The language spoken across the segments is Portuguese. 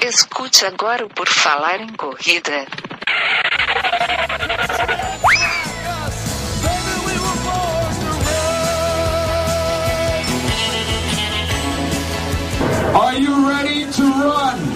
Escute agora o Por Falar em Corrida. Are you ready to run?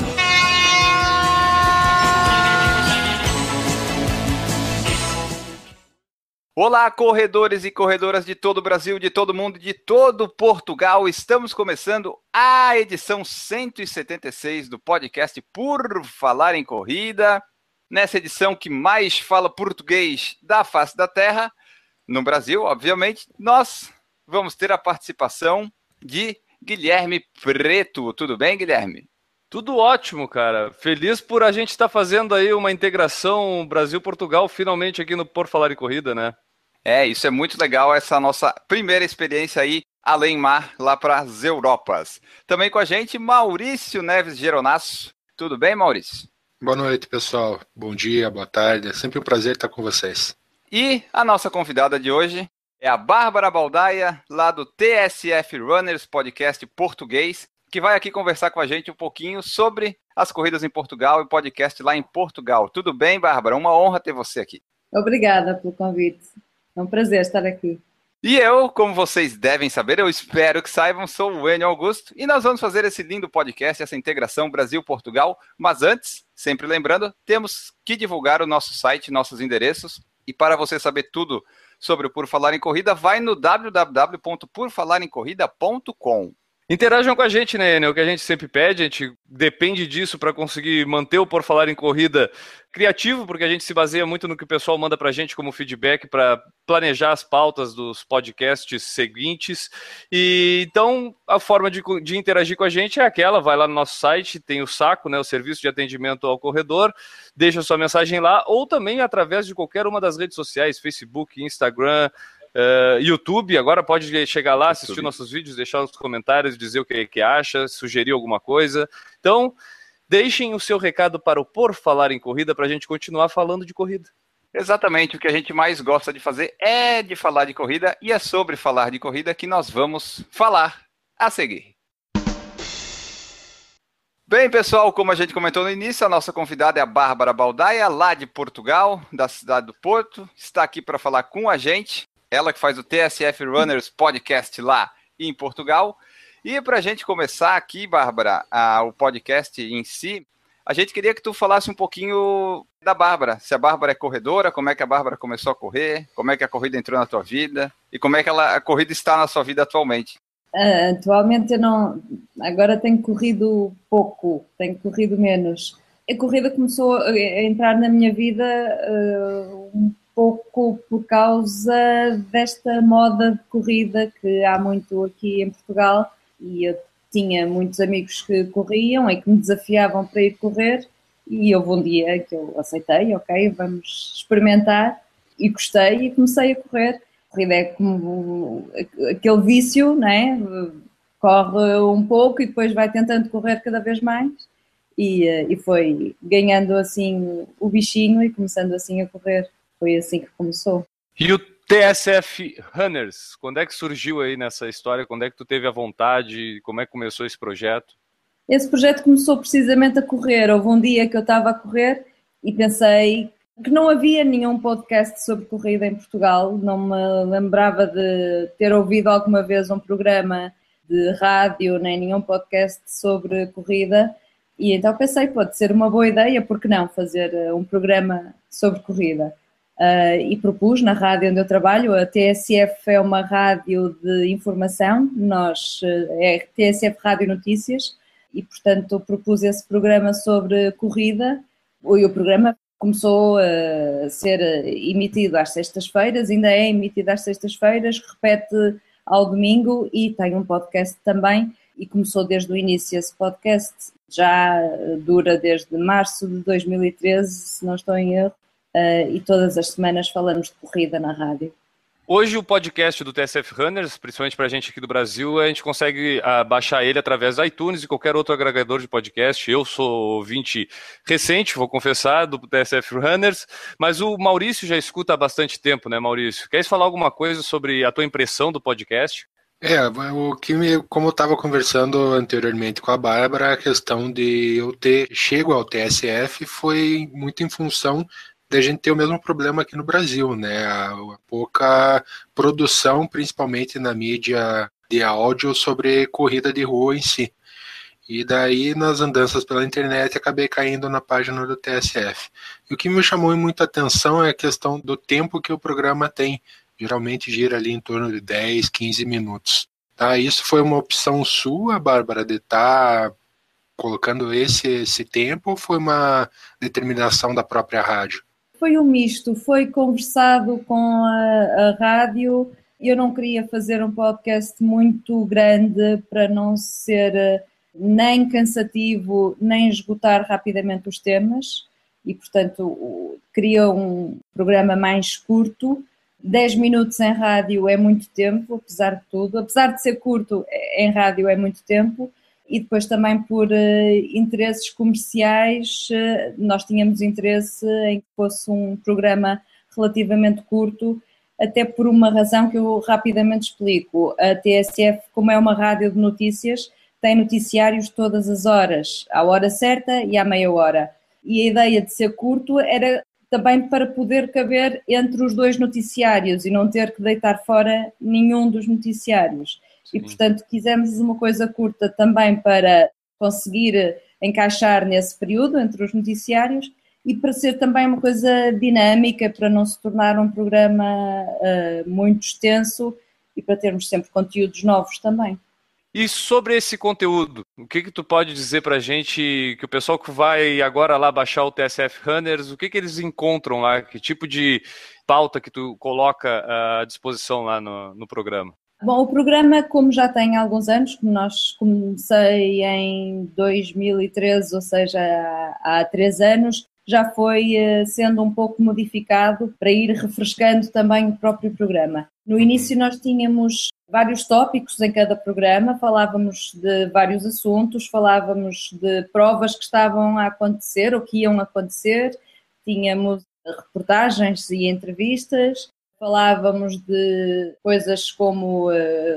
Olá, corredores e corredoras de todo o Brasil, de todo o mundo, de todo Portugal. Estamos começando a edição 176 do podcast Por Falar em Corrida. Nessa edição que mais fala português da face da terra, no Brasil, obviamente, nós vamos ter a participação de Guilherme Preto. Tudo bem, Guilherme? Tudo ótimo, cara. Feliz por a gente estar fazendo aí uma integração Brasil-Portugal finalmente aqui no Por Falar em Corrida, né? Isso é muito legal, essa nossa primeira experiência aí, além mar, lá para as Europas. Também com a gente, Maurício Neves Geronasso. Tudo bem, Maurício? Boa noite, pessoal. Bom dia, boa tarde. É sempre um prazer estar com vocês. E a nossa convidada de hoje é a Bárbara Baldaia, lá do TSF Runners Podcast Português, que vai aqui conversar com a gente um pouquinho sobre as corridas em Portugal e o podcast lá em Portugal. Tudo bem, Bárbara? Uma honra ter você aqui. Obrigada pelo convite. É um prazer estar aqui. E eu, como vocês devem saber, eu espero que saibam, sou o Enio Augusto e nós vamos fazer esse lindo podcast, essa integração Brasil-Portugal. Mas antes, sempre lembrando, temos que divulgar o nosso site, nossos endereços. E para você saber tudo sobre o Por Falar em Corrida, vai no www.porfalaremcorrida.com. Interajam com a gente, né, Enio? O que a gente sempre pede, a gente depende disso para conseguir manter o Por Falar em Corrida criativo, porque a gente se baseia muito no que o pessoal manda para a gente como feedback para planejar as pautas dos podcasts seguintes. E então a forma de interagir com a gente é aquela, vai lá no nosso site, tem o SACO, né, o Serviço de Atendimento ao Corredor, deixa sua mensagem lá, ou também através de qualquer uma das redes sociais, Facebook, Instagram, YouTube. Agora pode chegar lá, assistir nossos vídeos, deixar os comentários, dizer o que acha, sugerir alguma coisa. Então, deixem o seu recado para o Por Falar em Corrida para a gente continuar falando de corrida. Exatamente, o que a gente mais gosta de fazer é de falar de corrida, e é sobre falar de corrida que nós vamos falar a seguir. Bem, pessoal, como a gente comentou no início, a nossa convidada é a Bárbara Baldaia, lá de Portugal, da cidade do Porto, está aqui para falar com a gente. Ela que faz o TSF Runners Podcast lá em Portugal. E para a gente começar aqui, Bárbara, o podcast em si, a gente queria que tu falasse um pouquinho da Bárbara. Se a Bárbara é corredora, como é que a Bárbara começou a correr, como é que a corrida entrou na tua vida e como é que a corrida está na sua vida atualmente. Atualmente eu não... Agora tenho corrido pouco, tenho corrido menos. A corrida começou a entrar na minha vida um pouco por causa desta moda de corrida que há muito aqui em Portugal, e eu tinha muitos amigos que corriam e que me desafiavam para ir correr, e houve um dia que eu aceitei, ok, vamos experimentar, e gostei e comecei a correr. A corrida é como aquele vício, não é? Corre um pouco e depois vai tentando correr cada vez mais, e foi ganhando assim o bichinho e começando assim a correr. Foi assim que começou. E o TSF Runners, quando é que surgiu aí nessa história? Quando é que tu teve a vontade? Como é que começou esse projeto? Esse projeto começou precisamente a correr. Houve um dia que eu estava a correr e pensei que não havia nenhum podcast sobre corrida em Portugal. Não me lembrava de ter ouvido alguma vez um programa de rádio, nem nenhum podcast sobre corrida. E então pensei, pode ser uma boa ideia, por que não fazer um programa sobre corrida? E propus na rádio onde eu trabalho. A TSF é uma rádio de informação, é TSF Rádio Notícias, e portanto propus esse programa sobre corrida, e o programa começou a ser emitido às sextas-feiras, ainda é emitido às sextas-feiras, repete ao domingo, e tem um podcast também, e começou desde o início esse podcast, já dura desde março de 2013, se não estou em erro. E todas as semanas falamos de corrida na rádio. Hoje o podcast do TSF Runners, principalmente para a gente aqui do Brasil, a gente consegue baixar ele através do iTunes e qualquer outro agregador de podcast. Eu sou ouvinte recente, vou confessar, do TSF Runners, mas o Maurício já escuta há bastante tempo, né, Maurício? Queres falar alguma coisa sobre a tua impressão do podcast? Como eu estava conversando anteriormente com a Bárbara, a questão de eu ter chego ao TSF foi muito em função da gente ter o mesmo problema aqui no Brasil, né? A pouca produção, principalmente na mídia de áudio, sobre corrida de rua em si. E daí, nas andanças pela internet, acabei caindo na página do TSF. E o que me chamou muita atenção é a questão do tempo que o programa tem. Geralmente gira ali em torno de 10, 15 minutos. Tá? Isso foi uma opção sua, Bárbara, de estar colocando esse tempo, ou foi uma determinação da própria rádio? Foi um misto, foi conversado com a rádio. Eu não queria fazer um podcast muito grande para não ser nem cansativo, nem esgotar rapidamente os temas e, portanto, queria um programa mais curto. 10 minutos em rádio é muito tempo, apesar de tudo. Apesar de ser curto, em rádio é muito tempo. E depois também por interesses comerciais, nós tínhamos interesse em que fosse um programa relativamente curto, até por uma razão que eu rapidamente explico. A TSF, como é uma rádio de notícias, tem noticiários todas as horas, à hora certa e à meia hora. E a ideia de ser curto era também para poder caber entre os dois noticiários e não ter que deitar fora nenhum dos noticiários. Sim. E, portanto, quisemos uma coisa curta também para conseguir encaixar nesse período entre os noticiários e para ser também uma coisa dinâmica, para não se tornar um programa muito extenso e para termos sempre conteúdos novos também. E sobre esse conteúdo, o que tu pode dizer pra gente, que o pessoal que vai agora lá baixar o TSF Runners, o que eles encontram lá, que tipo de pauta que tu coloca à disposição lá no programa? Bom, o programa, como já tem alguns anos, como nós comecei em 2013, ou seja, há 3 anos, já foi sendo um pouco modificado para ir refrescando também o próprio programa. No início nós tínhamos vários tópicos em cada programa, falávamos de vários assuntos, falávamos de provas que estavam a acontecer ou que iam acontecer, tínhamos reportagens e entrevistas, falávamos de coisas como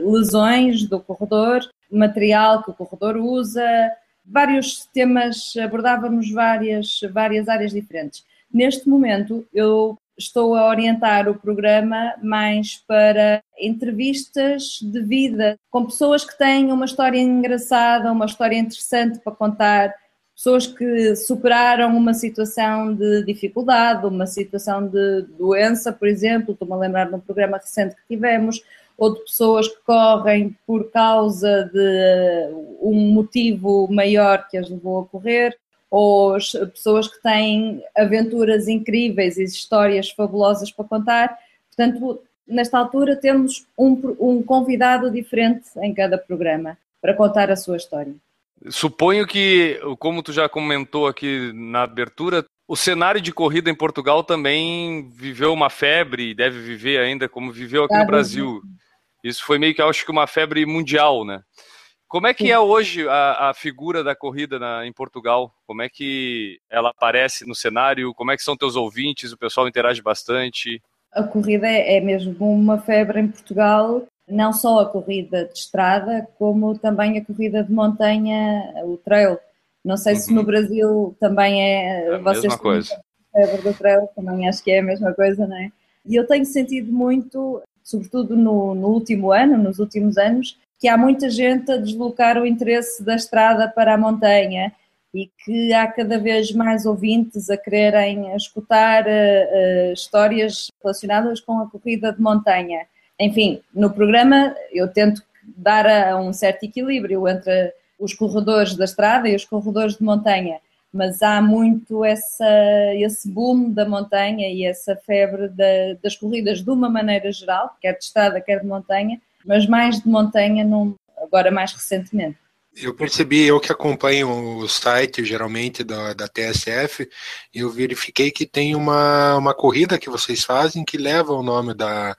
lesões do corredor, material que o corredor usa, vários temas, abordávamos várias áreas diferentes. Neste momento eu estou a orientar o programa mais para entrevistas de vida, com pessoas que têm uma história engraçada, uma história interessante para contar, pessoas que superaram uma situação de dificuldade, uma situação de doença, por exemplo, estou-me a lembrar de um programa recente que tivemos, ou de pessoas que correm por causa de um motivo maior que as levou a correr, ou pessoas que têm aventuras incríveis e histórias fabulosas para contar. Portanto, nesta altura temos um convidado diferente em cada programa para contar a sua história. Suponho que, como tu já comentou aqui na abertura, o cenário de corrida em Portugal também viveu uma febre, e deve viver ainda como viveu aqui no Brasil. Isso foi meio que, acho que, uma febre mundial, né? Como é que é hoje a figura da corrida em Portugal? Como é que ela aparece no cenário? Como é que são teus ouvintes? O pessoal interage bastante? A corrida é mesmo uma febre em Portugal, não só a corrida de estrada, como também a corrida de montanha, o trail. Não sei se no Brasil também é a mesma coisa. A febre do trail, também acho que é a mesma coisa, não é? E eu tenho sentido muito, sobretudo no último ano, nos últimos anos, que há muita gente a deslocar o interesse da estrada para a montanha e que há cada vez mais ouvintes a quererem escutar histórias relacionadas com a corrida de montanha. Enfim, no programa eu tento dar um certo equilíbrio entre os corredores da estrada e os corredores de montanha, mas há muito esse boom da montanha e essa febre das corridas de uma maneira geral, quer de estrada, quer de montanha, mas mais de montanha agora mais recentemente. Eu percebi, eu que acompanho o site geralmente da TSF, eu verifiquei que tem uma corrida que vocês fazem que leva o nome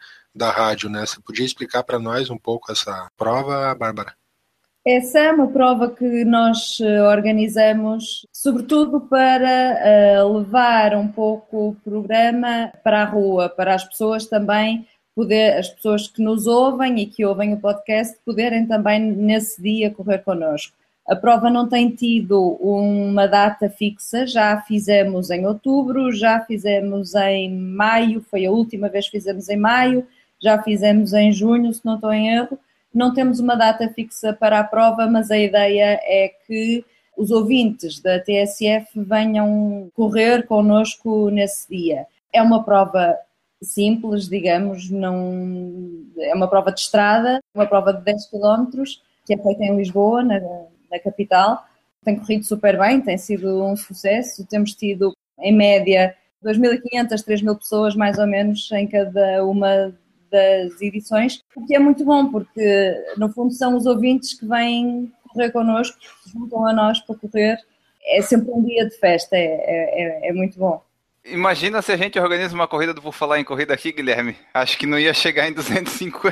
da rádio, né? Você podia explicar para nós um pouco essa prova, Bárbara? Essa é uma prova que nós organizamos, sobretudo para levar um pouco o programa para a rua, para as pessoas também as pessoas que nos ouvem e que ouvem o podcast poderem também nesse dia correr connosco. A prova não tem tido uma data fixa, já fizemos em outubro, já fizemos em maio, foi a última vez que fizemos em maio, já fizemos em junho, se não estou em erro. Não temos uma data fixa para a prova, mas a ideia é que os ouvintes da TSF venham correr connosco nesse dia. É uma prova simples, digamos, não é uma prova de estrada, uma prova de 10 km, que é feita em Lisboa, na capital. Tem corrido super bem, tem sido um sucesso. Temos tido, em média, 2.500, 3.000 pessoas, mais ou menos, em cada uma das edições, o que é muito bom, porque, no fundo, são os ouvintes que vêm correr connosco, que se juntam a nós para correr. É sempre um dia de festa, é muito bom. Imagina se a gente organiza uma corrida do Por Falar em Corrida aqui, Guilherme. Acho que não ia chegar em 250.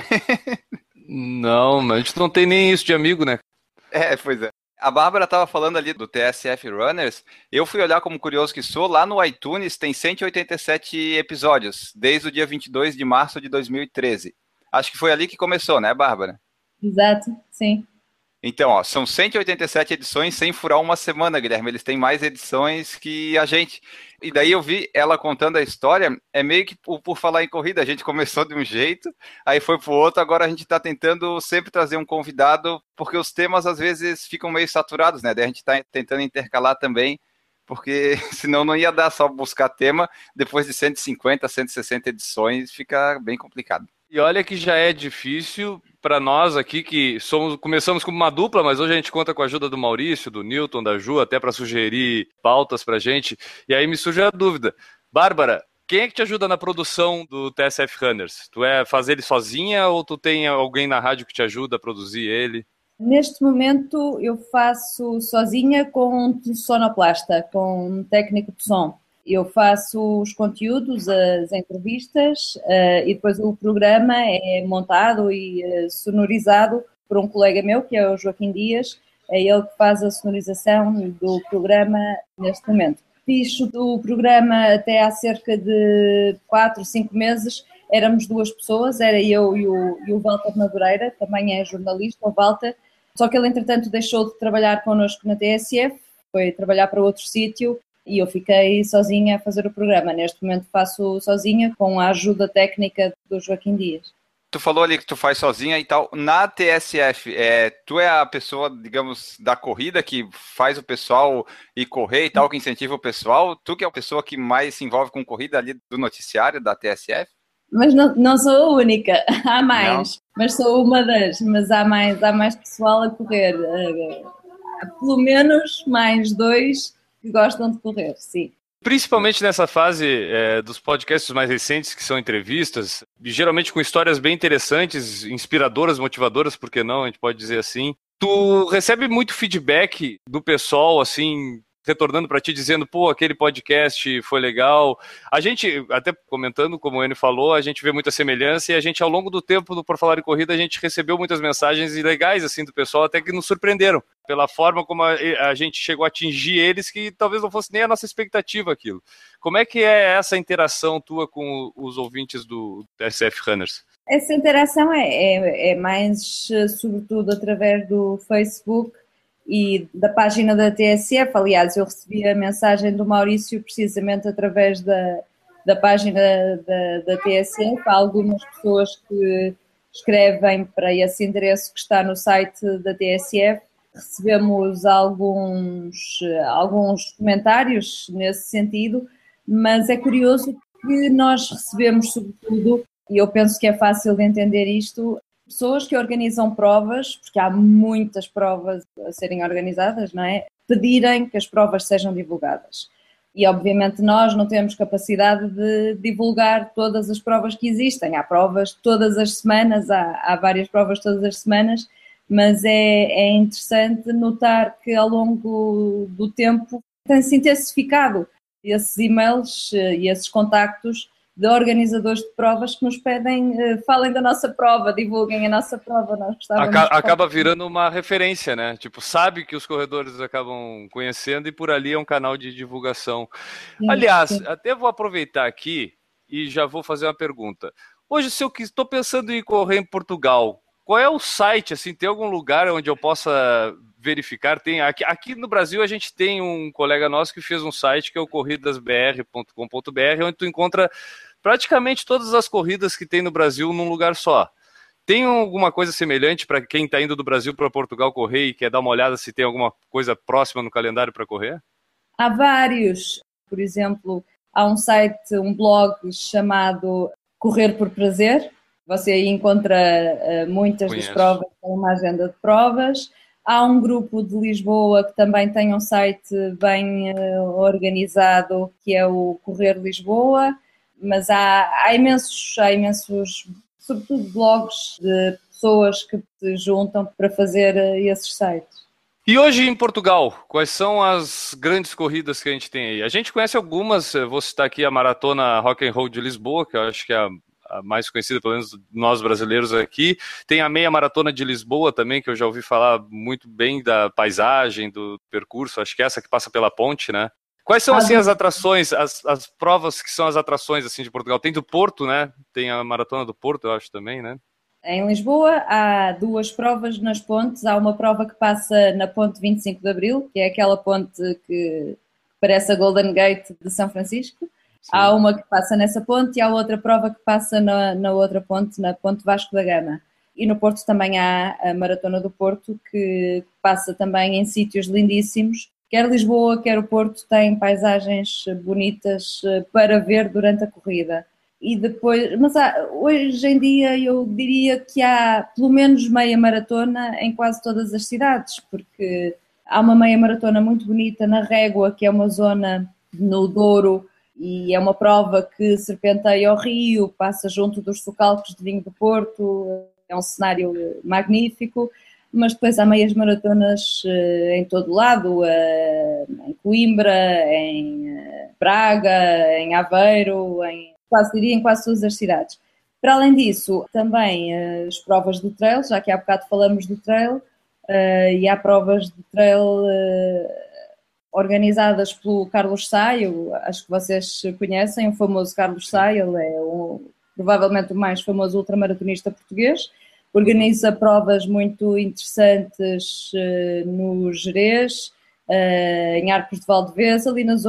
Não, mas a gente não tem nem isso de amigo, né? Pois é. A Bárbara estava falando ali do TSF Runners. Eu fui olhar como curioso que sou. Lá no iTunes tem 187 episódios, desde o dia 22 de março de 2013. Acho que foi ali que começou, né, Bárbara? Exato, sim. Então, ó, são 187 edições sem furar uma semana, Guilherme. Eles têm mais edições que a gente. E daí eu vi ela contando a história, é meio que por falar em corrida, a gente começou de um jeito, aí foi pro outro, agora a gente está tentando sempre trazer um convidado, porque os temas às vezes ficam meio saturados, né? Daí a gente está tentando intercalar também, porque senão não ia dar só buscar tema, depois de 150, 160 edições, fica bem complicado. E olha que já é difícil para nós aqui, que começamos como uma dupla, mas hoje a gente conta com a ajuda do Maurício, do Newton, da Ju, até para sugerir pautas para a gente. E aí me surge a dúvida. Bárbara, quem é que te ajuda na produção do TSF Runners? Tu faz ele sozinha ou tu tem alguém na rádio que te ajuda a produzir ele? Neste momento eu faço sozinha com um sonoplasta, com um técnico de som. Eu faço os conteúdos, as entrevistas e depois o programa é montado e sonorizado por um colega meu, que é o Joaquim Dias. É ele que faz a sonorização do programa neste momento. Fiz o programa até há cerca de 4, 5 meses. Éramos 2 pessoas, era eu e o Walter Madureira, também é jornalista, o Walter. Só que ele, entretanto, deixou de trabalhar connosco na TSF, foi trabalhar para outro sítio. E eu fiquei sozinha a fazer o programa. Neste momento faço sozinha com a ajuda técnica do Joaquim Dias. Tu falou ali que tu faz sozinha e tal. Na TSF, tu é a pessoa, digamos, da corrida que faz o pessoal ir correr e tal, que incentiva o pessoal? Tu que é a pessoa que mais se envolve com corrida ali do noticiário da TSF? Mas não sou a única, há mais. Não. Mas sou uma das, mas há mais pessoal a correr. Há pelo menos mais 2 que gostam de correr, sim. Principalmente nessa fase dos podcasts mais recentes, que são entrevistas, geralmente com histórias bem interessantes, inspiradoras, motivadoras, por que não, a gente pode dizer assim. Tu recebe muito feedback do pessoal, assim, retornando para ti, dizendo, pô, aquele podcast foi legal. A gente, até comentando, como o Enio falou, a gente vê muita semelhança e a gente, ao longo do tempo do Por Falar em Corrida, a gente recebeu muitas mensagens legais, assim, do pessoal, até que nos surpreenderam, pela forma como a gente chegou a atingir eles, que talvez não fosse nem a nossa expectativa aquilo. Como é que é essa interação tua com os ouvintes do SF Runners? Essa interação é mais, sobretudo, através do Facebook e da página da TSF. Aliás, eu recebi a mensagem do Maurício precisamente através da página da TSF. Há algumas pessoas que escrevem para esse endereço que está no site da TSF. Recebemos alguns comentários nesse sentido, mas é curioso que nós recebemos, sobretudo, e eu penso que é fácil de entender isto, pessoas que organizam provas, porque há muitas provas a serem organizadas, não é? Pedirem que as provas sejam divulgadas. E, obviamente, nós não temos capacidade de divulgar todas as provas que existem. Há provas todas as semanas, há várias provas todas as semanas, mas é interessante notar que, ao longo do tempo, tem-se intensificado esses e-mails e esses contactos de organizadores de provas que nos pedem, falem da nossa prova, divulguem a nossa prova. Nós gostávamos acaba virando uma referência, né? Tipo, sabe que os corredores acabam conhecendo e por ali é um canal de divulgação. Sim, aliás, sim. Até vou aproveitar aqui e já vou fazer uma pergunta. Hoje, se eu estou pensando em correr em Portugal, qual é o site, assim, tem algum lugar onde eu possa verificar? Tem aqui no Brasil a gente tem um colega nosso que fez um site que é o corridasbr.com.br, onde tu encontra praticamente todas as corridas que tem no Brasil num lugar só. Tem alguma coisa semelhante para quem está indo do Brasil para Portugal correr e quer dar uma olhada se tem alguma coisa próxima no calendário para correr? Há vários. Por exemplo, há um site, um blog chamado Correr por Prazer. Você aí encontra muitas das provas, tem uma agenda de provas. Há um grupo de Lisboa que também tem um site bem organizado, que é o Correr Lisboa, mas há imensos, sobretudo blogs de pessoas que se juntam para fazer esses sites. E hoje em Portugal, quais são as grandes corridas que a gente tem aí? A gente conhece algumas, vou citar aqui a Maratona Rock and Roll de Lisboa, que eu acho que é a mais conhecida, pelo menos nós brasileiros aqui. Tem a Meia Maratona de Lisboa também, que eu já ouvi falar muito bem da paisagem, do percurso, acho que é essa que passa pela ponte, né? Quais são, assim, as atrações, as provas que são as atrações, assim, de Portugal? Tem do Porto, né? Tem a Maratona do Porto, eu acho também, né? Em Lisboa há duas provas nas pontes. Há uma prova que passa na ponte 25 de Abril, que é aquela ponte que parece a Golden Gate de São Francisco. Sim. Há uma que passa nessa ponte e há outra prova que passa na outra ponte, na ponte Vasco da Gama. E no Porto também há a Maratona do Porto, que passa também em sítios lindíssimos. Quer Lisboa, quer o Porto têm paisagens bonitas para ver durante a corrida. E depois, mas hoje em dia eu diria que há pelo menos meia maratona em quase todas as cidades, porque há uma meia maratona muito bonita na Régua, que é uma zona no Douro, e é uma prova que serpenteia ao rio, passa junto dos socalcos de vinho do Porto, é um cenário magnífico, mas depois há meias maratonas em todo lado, em Coimbra, em Braga, em Aveiro, diria em quase todas as cidades. Para além disso, também as provas do trail, já que há bocado falamos do trail, e há provas de trail organizadas pelo Carlos Saio, acho que vocês conhecem, o famoso Carlos Saio, ele é provavelmente o mais famoso ultramaratonista português, organiza provas muito interessantes no Gerês, em Arcos de Valdevez, ali na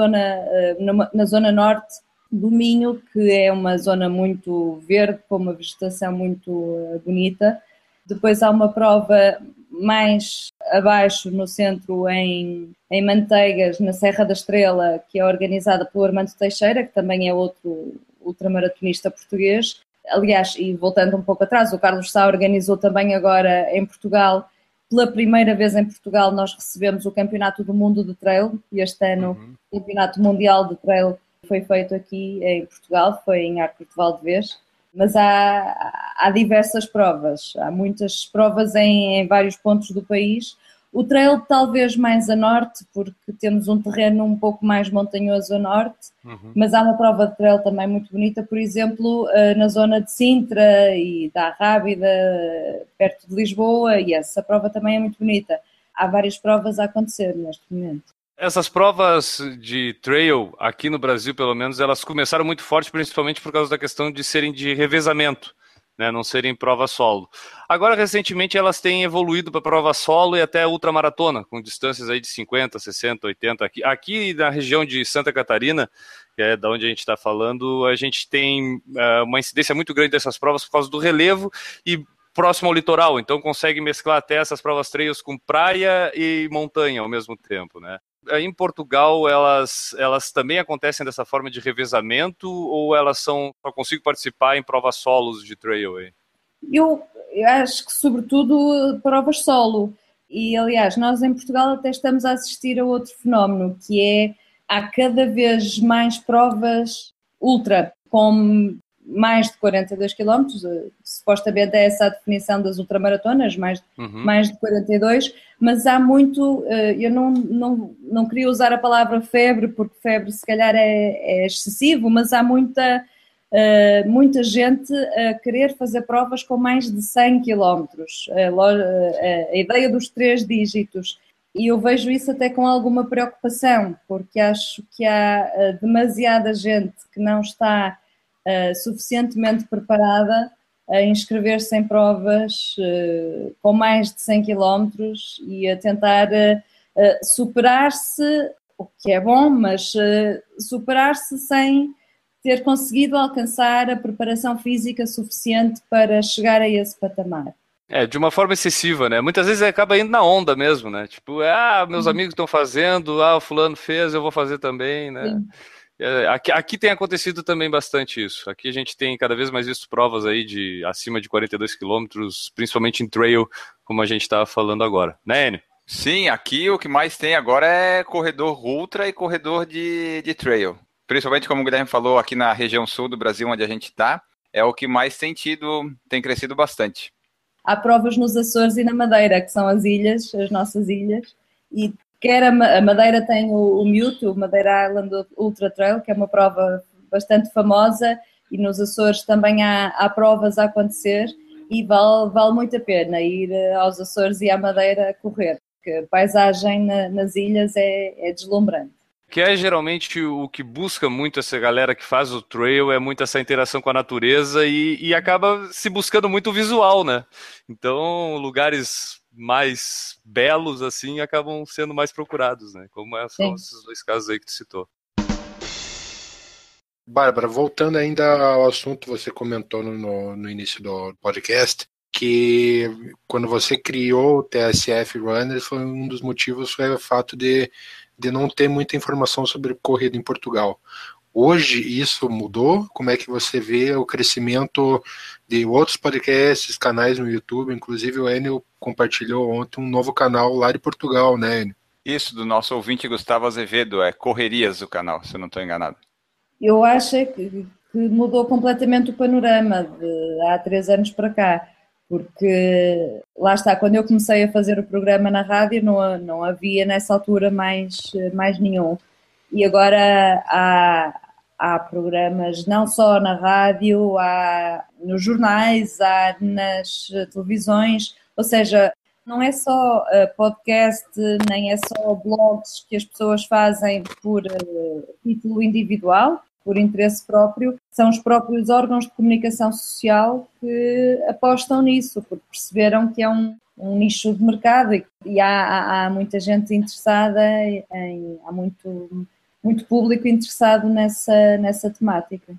zona norte do Minho, que é uma zona muito verde, com uma vegetação muito bonita. Depois há uma prova mais abaixo, no centro, em Manteigas, na Serra da Estrela, que é organizada pelo Armando Teixeira, que também é outro ultramaratonista português. Aliás, e voltando um pouco atrás, o Carlos Sá organizou também agora em Portugal. Pela primeira vez em Portugal nós recebemos o Campeonato do Mundo de Trail, e este ano o Campeonato Mundial de Trail foi feito aqui em Portugal, foi em Arcos de Valdevez, mas há diversas provas, há muitas provas em vários pontos do país. O trail talvez mais a norte, porque temos um terreno um pouco mais montanhoso a norte, mas há uma prova de trail também muito bonita, por exemplo, na zona de Sintra e da Rábida, perto de Lisboa, e essa prova também é muito bonita. Há várias provas a acontecer neste momento. Essas provas de trail, aqui no Brasil, pelo menos, elas começaram muito forte, principalmente por causa da questão de serem de revezamento, né, não serem prova solo. Agora, recentemente, elas têm evoluído para prova solo e até ultramaratona, com distâncias aí de 50, 60, 80. Aqui na região de Santa Catarina, que é da onde a gente está falando, a gente tem uma incidência muito grande dessas provas por causa do relevo e próximo ao litoral, então consegue mesclar até essas provas trails com praia e montanha ao mesmo tempo, né? Em Portugal, elas também acontecem dessa forma de revezamento ou elas só consigo participar em provas solos de trail? Hein? Eu acho que, sobretudo, provas solo. E, aliás, nós em Portugal até estamos a assistir a outro fenómeno, que é, há cada vez mais provas ultra, com mais de 42 km, supostamente é essa a definição das ultramaratonas, mais de 42, mas há muito, eu não queria usar a palavra febre, porque febre se calhar é excessivo, mas há muita gente a querer fazer provas com mais de 100 km, a ideia dos 3 dígitos, e eu vejo isso até com alguma preocupação, porque acho que há demasiada gente que não está suficientemente preparada a inscrever-se em provas com mais de 100 km e a tentar superar-se, o que é bom, mas superar-se sem ter conseguido alcançar a preparação física suficiente para chegar a esse patamar. De uma forma excessiva, né? Muitas vezes acaba indo na onda mesmo, né? Tipo, meus amigos estão fazendo, o fulano fez, eu vou fazer também, né? Sim. Aqui tem acontecido também bastante isso. Aqui a gente tem cada vez mais visto provas aí de acima de 42 quilômetros, principalmente em trail, como a gente estava falando agora. Né, Enio? Sim, aqui o que mais tem agora é corredor ultra e corredor de trail. Principalmente, como o Guilherme falou, aqui na região sul do Brasil, onde a gente está, é o que mais tem crescido bastante. Há provas nos Açores e na Madeira, que são as ilhas, as nossas ilhas, e quer a Madeira tem o Mute, o Madeira Island Ultra Trail, que é uma prova bastante famosa, e nos Açores também há provas a acontecer, e vale muito a pena ir aos Açores e à Madeira a correr, porque a paisagem nas ilhas é deslumbrante. Que é geralmente o que busca muito essa galera que faz o trail, é muito essa interação com a natureza e acaba se buscando muito o visual, né? Então, lugares mais belos, assim, acabam sendo mais procurados, né? Como são esses dois casos aí que tu citou. Bárbara, voltando ainda ao assunto, você comentou no início do podcast que quando você criou o TSF Runners, foi um dos motivos foi o fato de não ter muita informação sobre corrida em Portugal. Hoje isso mudou? Como é que você vê o crescimento de outros podcasts, canais no YouTube? Inclusive o Enio compartilhou ontem um novo canal lá de Portugal, né, Enio? Isso, do nosso ouvinte Gustavo Azevedo, é Correrias o canal, se eu não estou enganado. Eu acho que mudou completamente o panorama há 3 anos para cá, porque lá está, quando eu comecei a fazer o programa na rádio não havia nessa altura mais nenhum, e agora há programas não só na rádio, há nos jornais, há nas televisões, ou seja, não é só podcast, nem é só blogs que as pessoas fazem por título individual, por interesse próprio, são os próprios órgãos de comunicação social que apostam nisso, porque perceberam que é um nicho de mercado e há muita gente interessada, há muito público interessado nessa temática.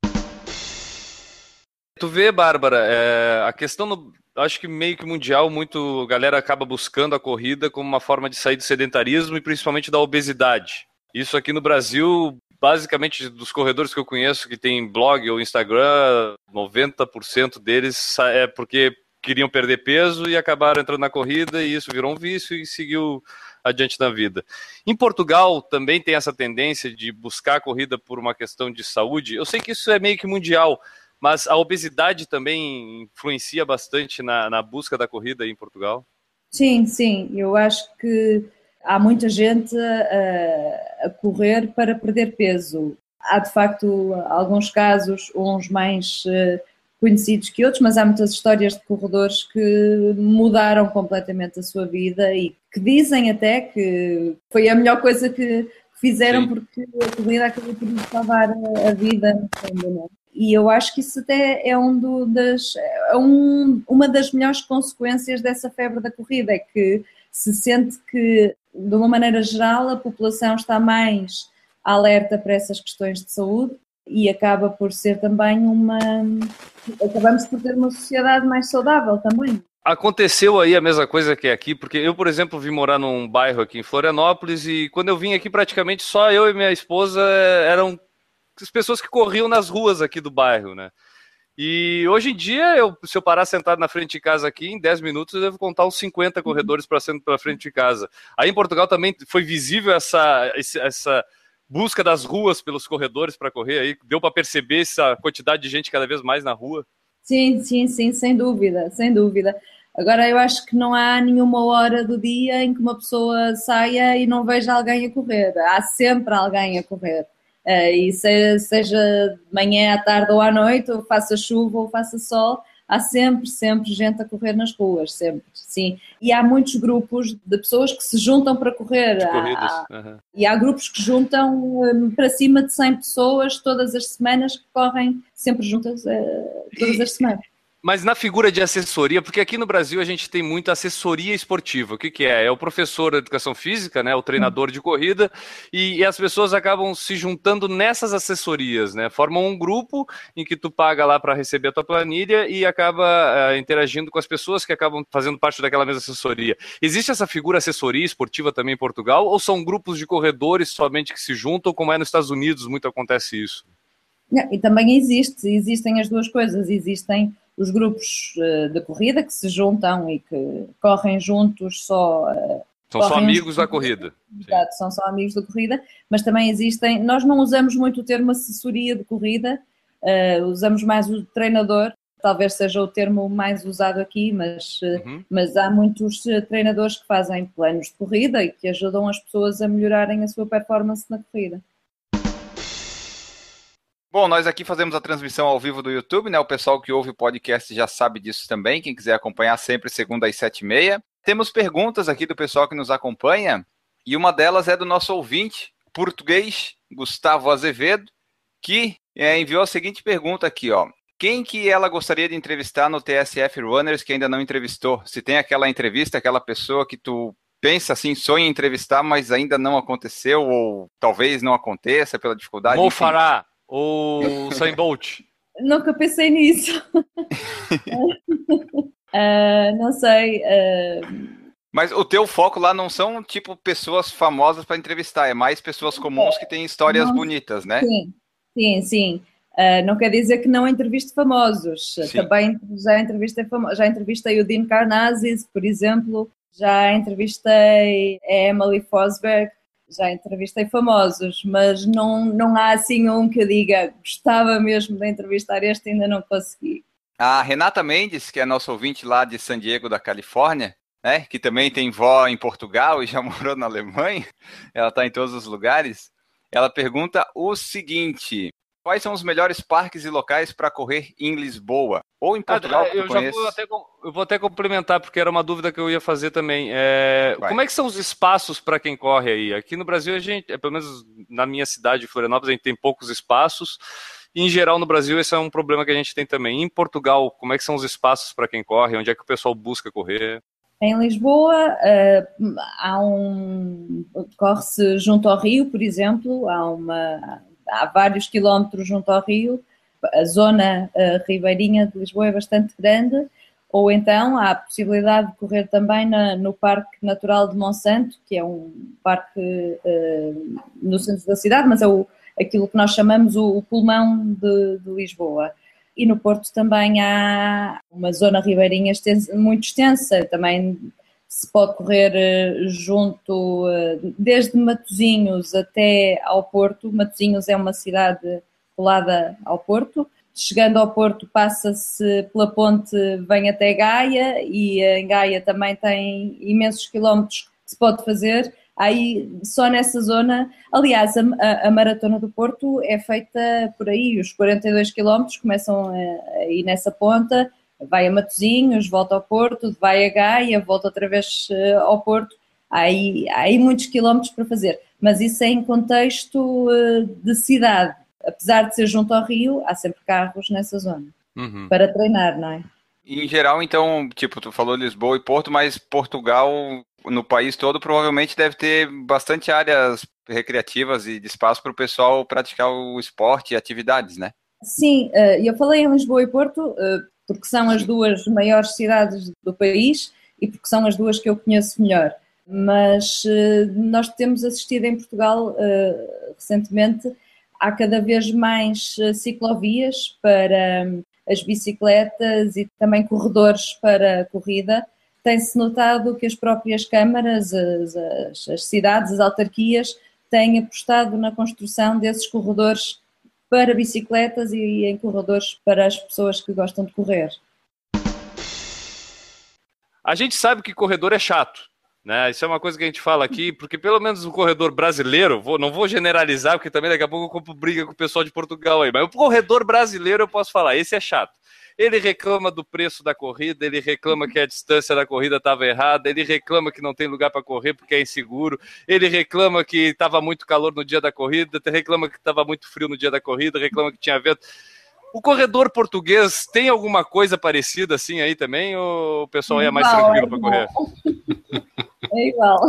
Tu vê, Bárbara, a questão, acho que meio que mundial, a galera acaba buscando a corrida como uma forma de sair do sedentarismo e principalmente da obesidade. Isso aqui no Brasil, basicamente dos corredores que eu conheço que tem blog ou Instagram, 90% deles é porque queriam perder peso e acabaram entrando na corrida e isso virou um vício e seguiu adiante na vida. Em Portugal também tem essa tendência de buscar a corrida por uma questão de saúde. Eu sei que isso é meio que mundial, mas a obesidade também influencia bastante na busca da corrida aí em Portugal? Sim, eu acho que há muita gente a correr para perder peso. Há, de facto, alguns casos, uns mais conhecidos que outros, mas há muitas histórias de corredores que mudaram completamente a sua vida e que dizem até que foi a melhor coisa que fizeram. Sim. Porque a corrida acabou por lhes salvar a vida, no fundo, não é? E eu acho que isso até é uma das melhores consequências dessa febre da corrida, é que se sente que, de uma maneira geral, a população está mais alerta para essas questões de saúde e acaba por ser também acabamos por ter uma sociedade mais saudável também. Aconteceu aí a mesma coisa que aqui, porque eu, por exemplo, vim morar num bairro aqui em Florianópolis e quando eu vim aqui praticamente só eu e minha esposa eram as pessoas que corriam nas ruas aqui do bairro, né? E hoje em dia, se eu parar sentado na frente de casa aqui, em 10 minutos eu devo contar uns 50 corredores passando pela frente de casa. Aí em Portugal também foi visível essa busca das ruas pelos corredores para correr, aí deu para perceber essa quantidade de gente cada vez mais na rua? Sim, sem dúvida. Agora eu acho que não há nenhuma hora do dia em que uma pessoa saia e não veja alguém a correr. Há sempre alguém a correr. E seja de manhã, à tarde ou à noite, ou faça chuva ou faça sol, há sempre gente a correr nas ruas, sempre, sim. E há muitos grupos de pessoas que se juntam para correr. E há grupos que juntam para cima de 100 pessoas todas as semanas, que correm sempre juntas todas as semanas. Mas na figura de assessoria, porque aqui no Brasil a gente tem muita assessoria esportiva. O que é? É o professor de educação física, né, o treinador de corrida, e as pessoas acabam se juntando nessas assessorias, né? Formam um grupo em que tu paga lá para receber a tua planilha e acaba interagindo com as pessoas que acabam fazendo parte daquela mesma assessoria. Existe essa figura assessoria esportiva também em Portugal, ou são grupos de corredores somente que se juntam, como é nos Estados Unidos, muito acontece isso? E também existem as duas coisas, existem os grupos de corrida que se juntam e que correm juntos só... São só amigos da corrida. Exato, são só amigos da corrida, mas também existem... Nós não usamos muito o termo assessoria de corrida, usamos mais o treinador, talvez seja o termo mais usado aqui, mas há muitos treinadores que fazem planos de corrida e que ajudam as pessoas a melhorarem a sua performance na corrida. Bom, nós aqui fazemos a transmissão ao vivo do YouTube, né? O pessoal que ouve o podcast já sabe disso também. Quem quiser acompanhar sempre, segunda às 7h30. Temos perguntas aqui do pessoal que nos acompanha, e uma delas é do nosso ouvinte português, Gustavo Azevedo, que enviou a seguinte pergunta aqui, ó. Quem que ela gostaria de entrevistar no TSF Runners que ainda não entrevistou? Se tem aquela entrevista, aquela pessoa que tu pensa assim, sonha em entrevistar, mas ainda não aconteceu, ou talvez não aconteça pela dificuldade. Mo Farah ou Usain Bolt? Nunca pensei nisso. Não sei. Mas o teu foco lá não são, tipo, pessoas famosas para entrevistar, é mais pessoas comuns que têm histórias bonitas, né? Sim. Não quer dizer que não entreviste famosos. Sim. Também já entrevistei o Dean Karnazes, por exemplo. Já entrevistei a Emily Fosberg. Já entrevistei famosos, mas não há assim um que eu diga gostava mesmo de entrevistar este, ainda não consegui. A Renata Mendes, que é nossa ouvinte lá de San Diego, da Califórnia, né, que também tem vó em Portugal e já morou na Alemanha, ela está em todos os lugares, ela pergunta o seguinte: quais são os melhores parques e locais para correr em Lisboa? Ou em Portugal, que tu conheces? Eu vou até complementar, porque era uma dúvida que eu ia fazer também. Como é que são os espaços para quem corre aí? Aqui no Brasil, a gente, pelo menos na minha cidade, Florianópolis, a gente tem poucos espaços. E, em geral, no Brasil, esse é um problema que a gente tem também. Em Portugal, como é que são os espaços para quem corre? Onde é que o pessoal busca correr? Em Lisboa, corre-se junto ao rio, por exemplo, há vários quilómetros junto ao rio. A zona ribeirinha de Lisboa é bastante grande, ou então há a possibilidade de correr também no Parque Natural de Monsanto, que é um parque no centro da cidade, mas é aquilo que nós chamamos o pulmão de Lisboa. E no Porto também há uma zona ribeirinha muito extensa, também se pode correr junto, desde Matosinhos até ao Porto. Matosinhos é uma cidade colada ao Porto. Chegando ao Porto, passa-se pela ponte, vem até Gaia, e em Gaia também tem imensos quilómetros que se pode fazer. Aí, só nessa zona, aliás, a Maratona do Porto é feita por aí, os 42 quilómetros começam aí nessa ponta, vai a Matosinhos, volta ao Porto, vai a Gaia, volta outra vez ao Porto. Há aí muitos quilómetros para fazer, mas isso é em contexto de cidade. Apesar de ser junto ao rio, há sempre carros nessa zona para treinar, não é? Em geral, então, tipo, tu falou Lisboa e Porto, mas Portugal, no país todo, provavelmente deve ter bastante áreas recreativas e de espaço para o pessoal praticar o esporte e atividades, né? Sim, eu falei em Lisboa e Porto porque são as duas maiores cidades do país e porque são as duas que eu conheço melhor. Mas nós temos assistido em Portugal recentemente. Há cada vez mais ciclovias para as bicicletas e também corredores para a corrida. Tem-se notado que as próprias câmaras, as cidades, as autarquias, têm apostado na construção desses corredores para bicicletas e em corredores para as pessoas que gostam de correr. A gente sabe que corredor é chato, né? Isso é uma coisa que a gente fala aqui, porque pelo menos o corredor brasileiro, não vou generalizar, porque também daqui a pouco eu compro briga com o pessoal de Portugal aí, mas o corredor brasileiro eu posso falar, esse é chato. Ele reclama do preço da corrida, ele reclama que a distância da corrida estava errada, ele reclama que não tem lugar para correr porque é inseguro, ele reclama que estava muito calor no dia da corrida, reclama que estava muito frio no dia da corrida, reclama que tinha vento. O corredor português tem alguma coisa parecida assim aí também, ou o pessoal é mais tranquilo para correr? É igual.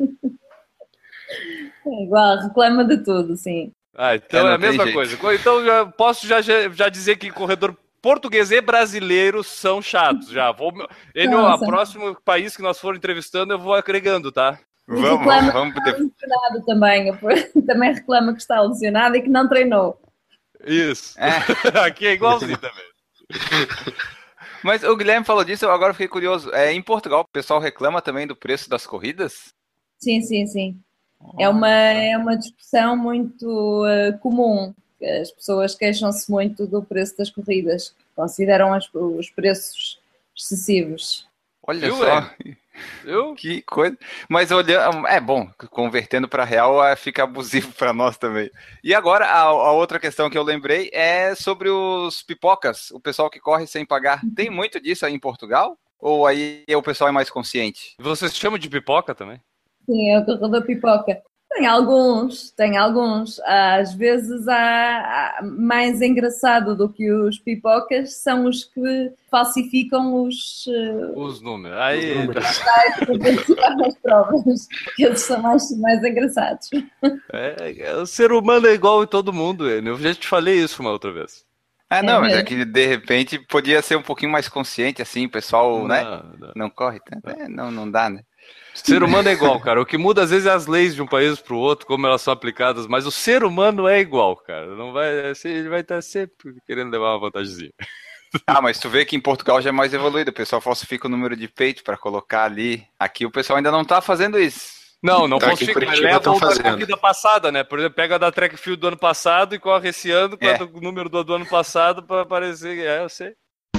É igual, reclama de tudo, sim. Então é a mesma coisa. Então posso já dizer que corredor português e brasileiro são chatos. Já vou. O próximo país que nós for entrevistando, eu vou agregando, tá? Vamos. Lesionado também. Também reclama que está lesionado e que não treinou. Isso. Aqui é igualzinho também. Mas o Guilherme falou disso, eu agora fiquei curioso. Em Portugal, o pessoal reclama também do preço das corridas? Sim. É uma discussão muito comum. As pessoas queixam-se muito do preço das corridas, consideram os preços excessivos. Olha só, que coisa. Mas olhando, bom, convertendo para real fica abusivo para nós também. E agora, a outra questão que eu lembrei é sobre os pipocas, o pessoal que corre sem pagar. Tem muito disso aí em Portugal? Ou aí o pessoal é mais consciente? Vocês chamam de pipoca também? Sim, é o corredor pipoca. Tem alguns. Às vezes há mais engraçado do que os pipocas são os que falsificam os números. As provas. Eles são mais engraçados. O ser humano é igual em todo mundo. Eu já te falei isso uma outra vez. Não, mas é que de repente podia ser um pouquinho mais consciente, assim, o pessoal, não corre tanto. Não dá, né? Ser humano é igual, cara. O que muda às vezes é as leis de um país para o outro, como elas são aplicadas, mas o ser humano é igual, cara. Ele vai estar sempre querendo levar uma vantagemzinha. Mas tu vê que em Portugal já é mais evoluído. O pessoal falsifica o número de peito para colocar ali. Aqui o pessoal ainda não tá fazendo isso. Não falsifica, mas leva o da corrida passada, né? Por exemplo, pega da track field do ano passado e corre esse ano com o número do ano passado para aparecer. Eu sei.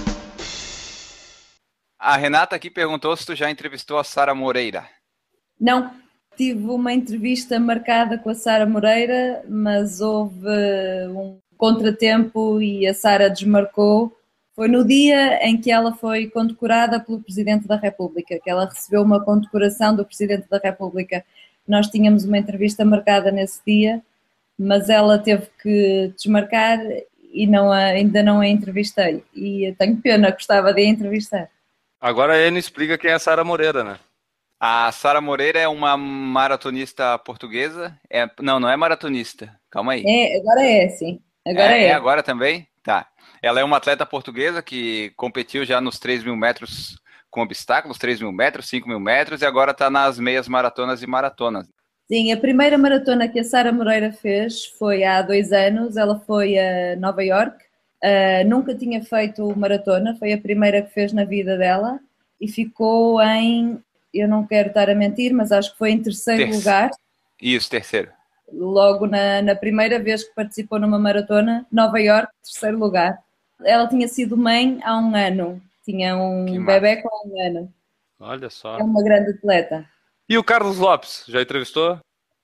A Renata aqui perguntou se tu já entrevistou a Sara Moreira. Não, tive uma entrevista marcada com a Sara Moreira, mas houve um contratempo e a Sara desmarcou. Foi no dia em que ela foi condecorada pelo Presidente da República, que ela recebeu uma condecoração do Presidente da República. Nós tínhamos uma entrevista marcada nesse dia, mas ela teve que desmarcar e ainda não a entrevistei. E eu tenho pena, gostava de a entrevistar. Agora a Eni explica quem é a Sara Moreira, né? A Sara Moreira é uma maratonista portuguesa. Não é maratonista. Calma aí. Agora é, sim. Agora também? Tá. Ela é uma atleta portuguesa que competiu já nos 3.000 metros com obstáculos, 3.000 metros, 5.000 metros, e agora está nas meias maratonas e maratonas. Sim, a primeira maratona que a Sara Moreira fez foi há 2 anos. Ela foi a Nova Iorque. Nunca tinha feito maratona, foi a primeira que fez na vida dela e ficou eu não quero estar a mentir, mas acho que foi em terceiro lugar. Isso, terceiro. Logo na primeira vez que participou numa maratona, Nova Iorque, terceiro lugar. Ela tinha sido mãe há 1 ano, tinha um bebê com 1 ano. Olha só. É uma grande atleta. E o Carlos Lopes, já entrevistou?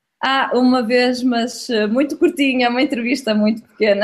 Uma vez, mas muito curtinha, uma entrevista muito pequena.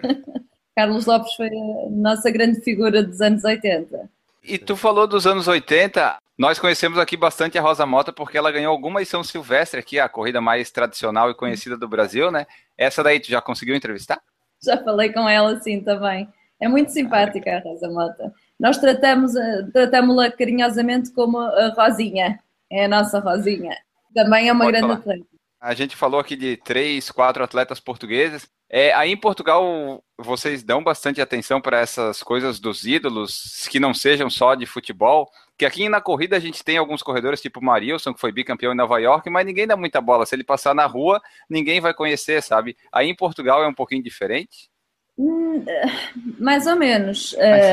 Carlos Lopes foi a nossa grande figura dos anos 80. E tu falou dos anos 80, nós conhecemos aqui bastante a Rosa Mota porque ela ganhou alguma São Silvestre aqui, a corrida mais tradicional e conhecida do Brasil, né? Essa daí tu já conseguiu entrevistar? Já falei com ela, sim, também. É muito simpática a Rosa Mota. Nós tratamos-la carinhosamente como a Rosinha. É a nossa Rosinha. Também é uma grande atleta. A gente falou aqui de 3, 4 atletas portugueses. Aí em Portugal, vocês dão bastante atenção para essas coisas dos ídolos, que não sejam só de futebol? Que aqui na corrida a gente tem alguns corredores, tipo o Marilson, que foi bicampeão em Nova York, mas ninguém dá muita bola. Se ele passar na rua, ninguém vai conhecer, sabe? Aí em Portugal é um pouquinho diferente? Mais ou menos.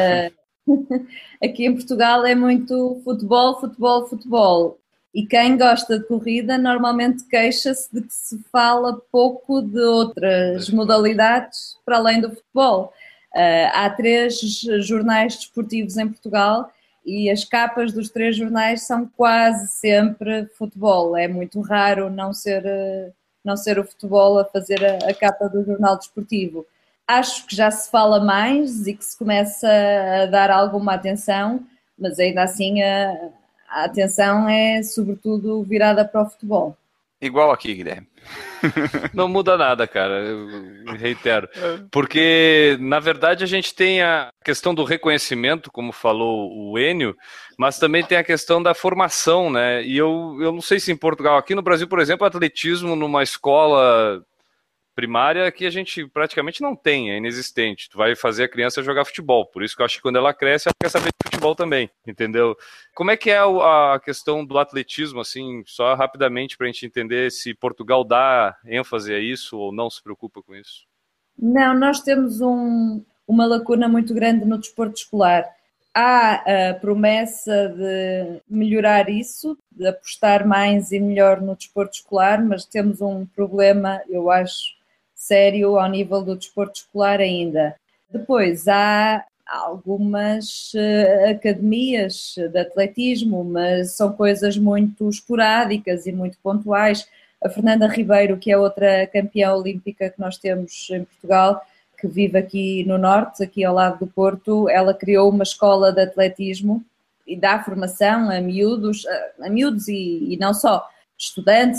Aqui em Portugal é muito futebol, futebol, futebol. E quem gosta de corrida normalmente queixa-se de que se fala pouco de outras modalidades para além do futebol. Há 3 jornais desportivos em Portugal e as capas dos 3 jornais são quase sempre futebol. É muito raro não ser o futebol a fazer a capa do jornal desportivo. Acho que já se fala mais e que se começa a dar alguma atenção, mas ainda assim a atenção é sobretudo virada para o futebol. Igual aqui, Guilherme. Não muda nada, cara, eu reitero. Porque, na verdade, a gente tem a questão do reconhecimento, como falou o Enio, mas também tem a questão da formação, né? E eu não sei se em Portugal, aqui no Brasil, por exemplo, atletismo numa escola primária que a gente praticamente não tem, é inexistente. Tu vai fazer a criança jogar futebol, por isso que eu acho que quando ela cresce, ela quer saber de futebol também, entendeu? Como é que é a questão do atletismo, assim, só rapidamente para a gente entender se Portugal dá ênfase a isso ou não se preocupa com isso? Não, nós temos uma lacuna muito grande no desporto escolar. Há a promessa de melhorar isso, de apostar mais e melhor no desporto escolar, mas temos um problema, eu acho, sério ao nível do desporto escolar ainda. Depois há algumas academias de atletismo, mas são coisas muito esporádicas e muito pontuais. A Fernanda Ribeiro, que é outra campeã olímpica que nós temos em Portugal, que vive aqui no Norte, aqui ao lado do Porto, ela criou uma escola de atletismo e dá formação a miúdos e não só, estudantes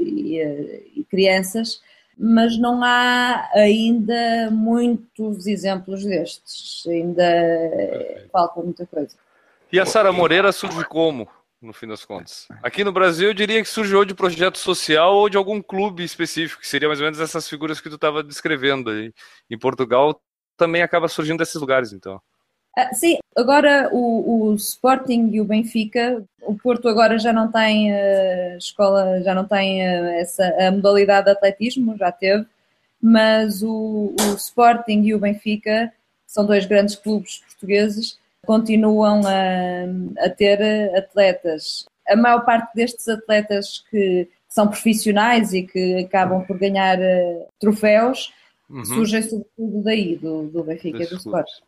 e crianças, mas não há ainda muitos exemplos destes, ainda falta muita coisa. E a Sara Moreira surge como, no fim das contas? Aqui no Brasil eu diria que surgiu de projeto social ou de algum clube específico, que seria mais ou menos essas figuras que tu estava descrevendo aí. Em Portugal também acaba surgindo desses lugares, então. Sim, agora o Sporting e o Benfica, o Porto agora já não tem escola, já não tem a modalidade de atletismo, já teve, mas o Sporting e o Benfica, que são 2 grandes clubes portugueses, continuam a ter atletas. A maior parte destes atletas que são profissionais e que acabam por ganhar troféus, surgem sobretudo daí, do Benfica e do Sporting.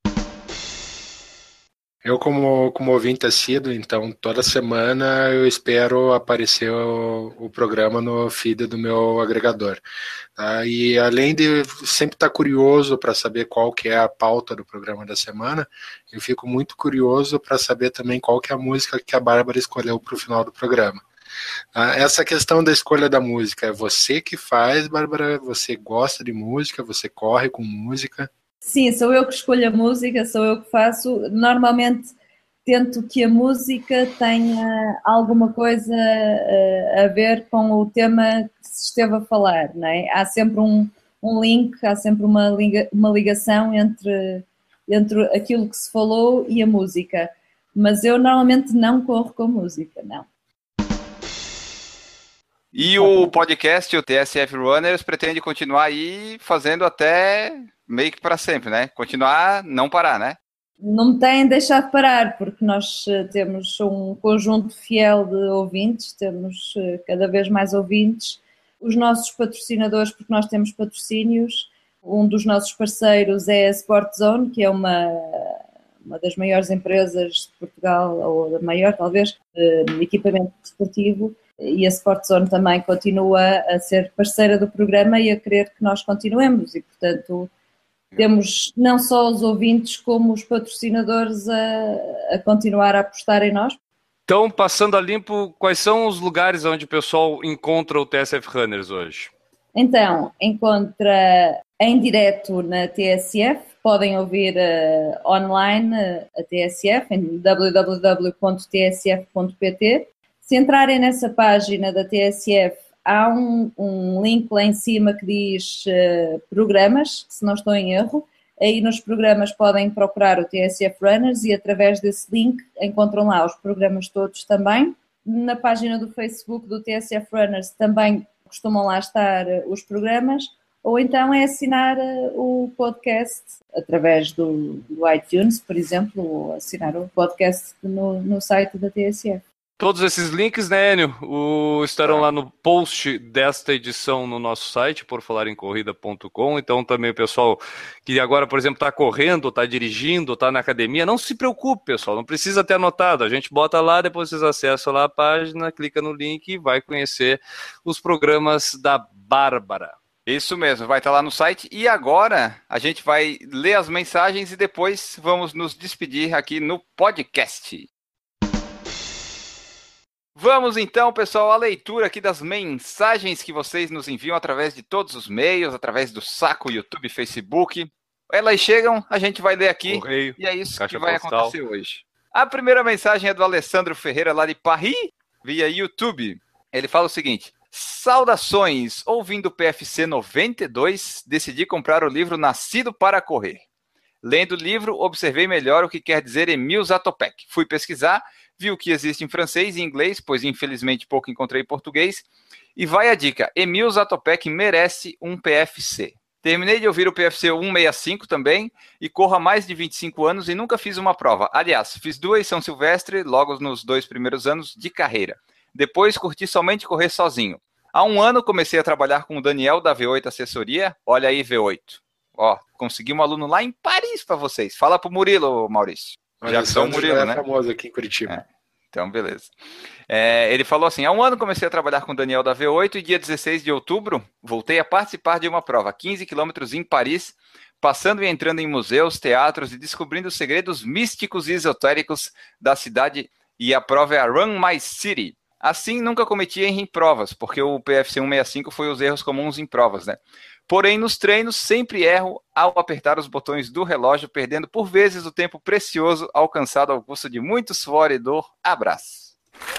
Eu, como ouvinte assíduo, então, toda semana eu espero aparecer o programa no feed do meu agregador. Tá? E além de sempre estar curioso para saber qual que é a pauta do programa da semana, eu fico muito curioso para saber também qual que é a música que a Bárbara escolheu para o final do programa. Essa questão da escolha da música, é você que faz, Bárbara? Você gosta de música? Você corre com música? Sim, sou eu que escolho a música, sou eu que faço. Normalmente tento que a música tenha alguma coisa a ver com o tema que se esteve a falar, não é? Há sempre um link, há sempre uma ligação entre aquilo que se falou e a música. Mas eu normalmente não corro com música, não. E o podcast, o TSF Runners, pretende continuar aí fazendo até meio que para sempre, né? Continuar, não parar, né? Não me têm deixado parar, porque nós temos um conjunto fiel de ouvintes, temos cada vez mais ouvintes. Os nossos patrocinadores, porque nós temos patrocínios, um dos nossos parceiros é a Sport Zone, que é uma das maiores empresas de Portugal, ou a maior talvez, de equipamento desportivo. E a Sport Zone também continua a ser parceira do programa e a querer que nós continuemos. E, portanto, temos não só os ouvintes como os patrocinadores a continuar a apostar em nós. Então, passando a limpo, quais são os lugares onde o pessoal encontra o TSF Runners hoje? Então, encontra em direto na TSF, podem ouvir online a TSF em www.tsf.pt. Se entrarem nessa página da TSF, há um link lá em cima que diz programas, se não estou em erro. Aí nos programas podem procurar o TSF Runners e através desse link encontram lá os programas todos também. Na página do Facebook do TSF Runners também costumam lá estar os programas, ou então é assinar o podcast através do iTunes, por exemplo, ou assinar o podcast no site da TSF. Todos esses links, né, Enio, estarão lá no post desta edição no nosso site, porfalarencorrida.com. Então também o pessoal que agora, por exemplo, está correndo, está dirigindo, está na academia, não se preocupe, pessoal, não precisa ter anotado. A gente bota lá, depois vocês acessam lá a página, clica no link e vai conhecer os programas da Bárbara. Isso mesmo, vai estar lá no site. E agora a gente vai ler as mensagens e depois vamos nos despedir aqui no podcast. Vamos então, pessoal, à leitura aqui das mensagens que vocês nos enviam através de todos os meios, através do saco, YouTube, Facebook. Elas chegam, a gente vai ler aqui. Correio, e é isso Caixa que vai Postal. acontecer hoje. A primeira mensagem é do Alessandro Ferreira, lá de Paris, via YouTube. Ele fala o seguinte: saudações, ouvindo o PFC 92, decidi comprar o livro Nascido para Correr. Lendo o livro, observei melhor o que quer dizer Emile Zatopek. Fui pesquisar, vi o que existe em francês e inglês, pois infelizmente pouco encontrei em português. E vai a dica, Emile Zatopek merece um PFC. Terminei de ouvir o PFC 165 também, e corro há mais de 25 anos e nunca fiz uma prova. Aliás, fiz 2 São Silvestre, logo nos 2 primeiros anos de carreira. Depois curti somente correr sozinho. Há 1 ano comecei a trabalhar com o Daniel da V8 Assessoria. Olha aí, V8. Ó, consegui um aluno lá em Paris para vocês. Fala pro Murilo, Maurício. Já são Murilo, né? Famoso aqui em Curitiba. É. Então, beleza. Ele falou assim, há 1 ano comecei a trabalhar com o Daniel da V8 e dia 16 de outubro voltei a participar de uma prova, 15 quilômetros em Paris, passando e entrando em museus, teatros e descobrindo segredos místicos e esotéricos da cidade, e a prova é a Run My City. Assim, nunca cometi erro em provas, porque o PFC 165 foi os erros comuns em provas, né? Porém, nos treinos, sempre erro ao apertar os botões do relógio, perdendo por vezes o tempo precioso alcançado ao custo de muito suor e dor. Abraço.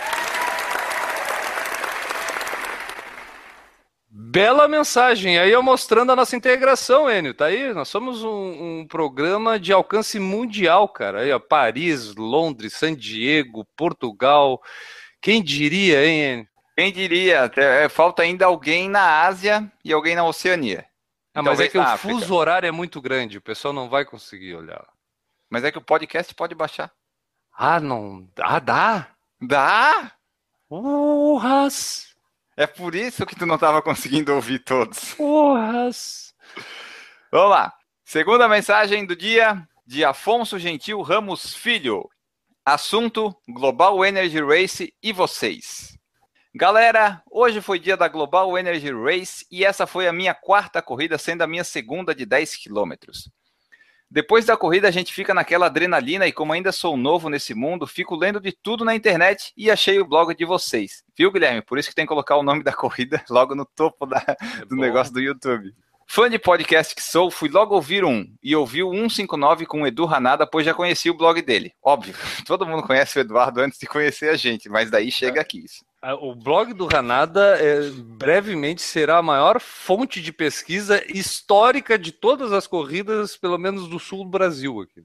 Bela mensagem, aí eu mostrando a nossa integração, Enio, tá aí? Nós somos um programa de alcance mundial, cara. Aí, ó, Paris, Londres, San Diego, Portugal. Quem diria, hein, Enio? Quem diria? Falta ainda alguém na Ásia e alguém na Oceania. Mas é que o fuso horário é muito grande, o pessoal não vai conseguir olhar. Mas é que o podcast pode baixar. Não. Dá? Dá? Porras! É por isso que tu não estava conseguindo ouvir todos. Porras! Vamos lá. Segunda mensagem do dia, de Afonso Gentil Ramos Filho. Assunto: Global Energy Race e vocês. Galera, hoje foi dia da Global Energy Race e essa foi a minha 4ª corrida, sendo a minha 2ª de 10 km. Depois da corrida a gente fica naquela adrenalina e como ainda sou novo nesse mundo, fico lendo de tudo na internet e achei o blog de vocês. Viu, Guilherme? Por isso que tem que colocar o nome da corrida logo no topo do negócio do YouTube. Fã de podcast que sou, fui logo ouvir e ouvi o 159 com o Edu Ranada, pois já conheci o blog dele. Óbvio, todo mundo conhece o Eduardo antes de conhecer a gente, mas daí chega aqui isso. O blog do Ranada brevemente será a maior fonte de pesquisa histórica de todas as corridas, pelo menos do sul do Brasil aqui.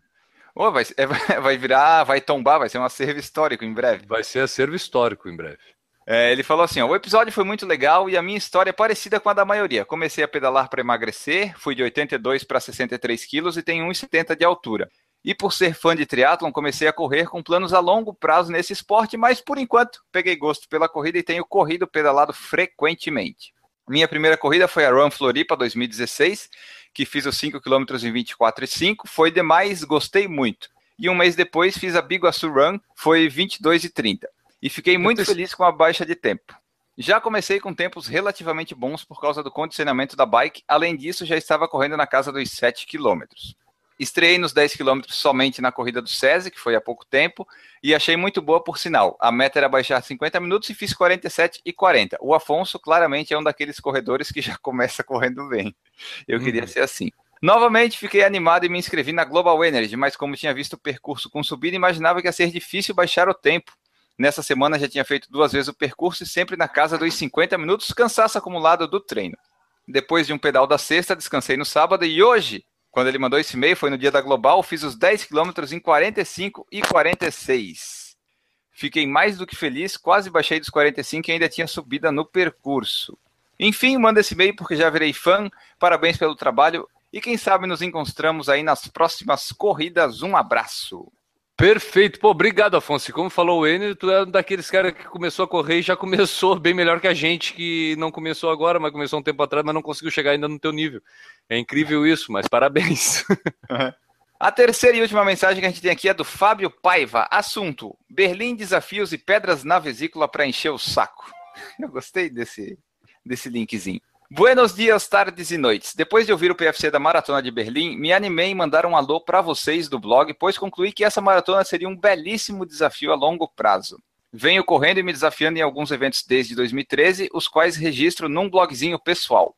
Vai tombar, vai ser um acervo histórico em breve. Vai ser acervo histórico em breve. Ele falou assim, o episódio foi muito legal e a minha história é parecida com a da maioria. Comecei a pedalar para emagrecer, fui de 82 para 63 quilos e tenho 1,70 de altura. E por ser fã de triatlon, comecei a correr com planos a longo prazo nesse esporte, mas por enquanto peguei gosto pela corrida e tenho pedalado frequentemente. Minha primeira corrida foi a Run Floripa 2016, que fiz os 5 km em 24,5, foi demais, gostei muito. E 1 mês depois fiz a Biguaçu Run, foi 22,30. E fiquei muito feliz com a baixa de tempo. Já comecei com tempos relativamente bons por causa do condicionamento da bike, além disso já estava correndo na casa dos 7 km. Estreiei nos 10 km somente na corrida do SESI, que foi há pouco tempo, e achei muito boa por sinal. A meta era baixar 50 minutos e fiz 47 e 40. O Afonso claramente é um daqueles corredores que já começa correndo bem. Eu queria ser assim. Novamente fiquei animado e me inscrevi na Global Energy, mas como tinha visto o percurso com subida, imaginava que ia ser difícil baixar o tempo. Nessa semana já tinha feito 2 vezes o percurso e sempre na casa dos 50 minutos, cansaço acumulado do treino. Depois de um pedal da sexta, descansei no sábado e hoje, quando ele mandou esse e-mail, foi no dia da Global, fiz os 10 km em 45 e 46. Fiquei mais do que feliz, quase baixei dos 45 e ainda tinha subida no percurso. Enfim, manda esse e-mail porque já virei fã, parabéns pelo trabalho e quem sabe nos encontramos aí nas próximas corridas. Um abraço. Perfeito. Pô, obrigado, Afonso. E como falou o Enio, tu é um daqueles caras que começou a correr e já começou bem melhor que a gente, que não começou agora, mas começou um tempo atrás, mas não conseguiu chegar ainda no teu nível. É incrível isso, mas parabéns. A terceira e última mensagem que a gente tem aqui é do Fábio Paiva. Assunto: Berlim, desafios e pedras na vesícula para encher o saco. Eu gostei desse linkzinho. Buenos dias, tardes e noites. Depois de ouvir o PFC da Maratona de Berlim, me animei em mandar um alô para vocês do blog, pois concluí que essa maratona seria um belíssimo desafio a longo prazo. Venho correndo e me desafiando em alguns eventos desde 2013, os quais registro num blogzinho pessoal,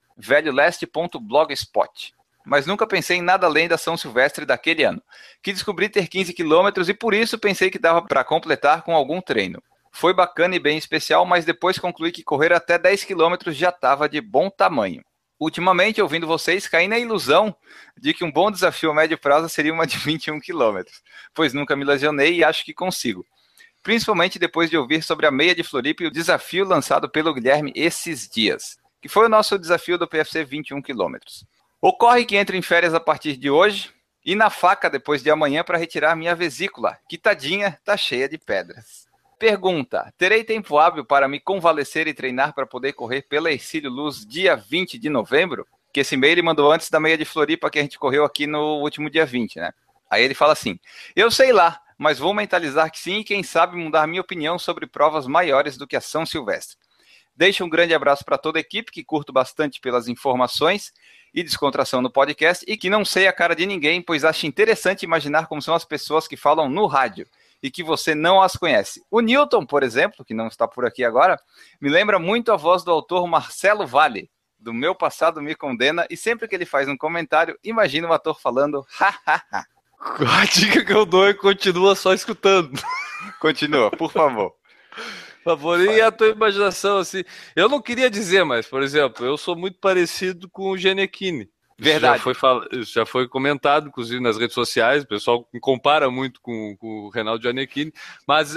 velholeste.blogspot. Mas nunca pensei em nada além da São Silvestre daquele ano, que descobri ter 15 quilômetros e por isso pensei que dava para completar com algum treino. Foi bacana e bem especial, mas depois concluí que correr até 10 km já estava de bom tamanho. Ultimamente, ouvindo vocês, caí na ilusão de que um bom desafio a médio prazo seria uma de 21 km, pois nunca me lesionei e acho que consigo. Principalmente depois de ouvir sobre a meia de Floripa e o desafio lançado pelo Guilherme esses dias, que foi o nosso desafio do PFC 21 km. Ocorre que entro em férias a partir de hoje e na faca depois de amanhã para retirar minha vesícula, que tadinha tá cheia de pedras. Pergunta: terei tempo hábil para me convalescer e treinar para poder correr pela Hercílio Luz dia 20 de novembro? Que esse e-mail ele mandou antes da meia de Floripa que a gente correu aqui no último dia 20, né? Aí ele fala assim: eu sei lá, mas vou mentalizar que sim e quem sabe mudar minha opinião sobre provas maiores do que a São Silvestre. Deixo um grande abraço para toda a equipe que curto bastante pelas informações e descontração no podcast e que não sei a cara de ninguém, pois acho interessante imaginar como são as pessoas que falam no rádio e que você não as conhece. O Newton, por exemplo, que não está por aqui agora, me lembra muito a voz do autor Marcelo Valle, do Meu Passado Me Condena, e sempre que ele faz um comentário, imagina o ator falando ha. A dica que eu dou é continua só escutando. Continua, por favor. Por favor, e a tua imaginação, assim... Eu não queria dizer, mas, por exemplo, eu sou muito parecido com o Gianecchini. Verdade. Já foi comentado, inclusive, nas redes sociais. O pessoal me compara muito com o Reinaldo Gianecchini. Mas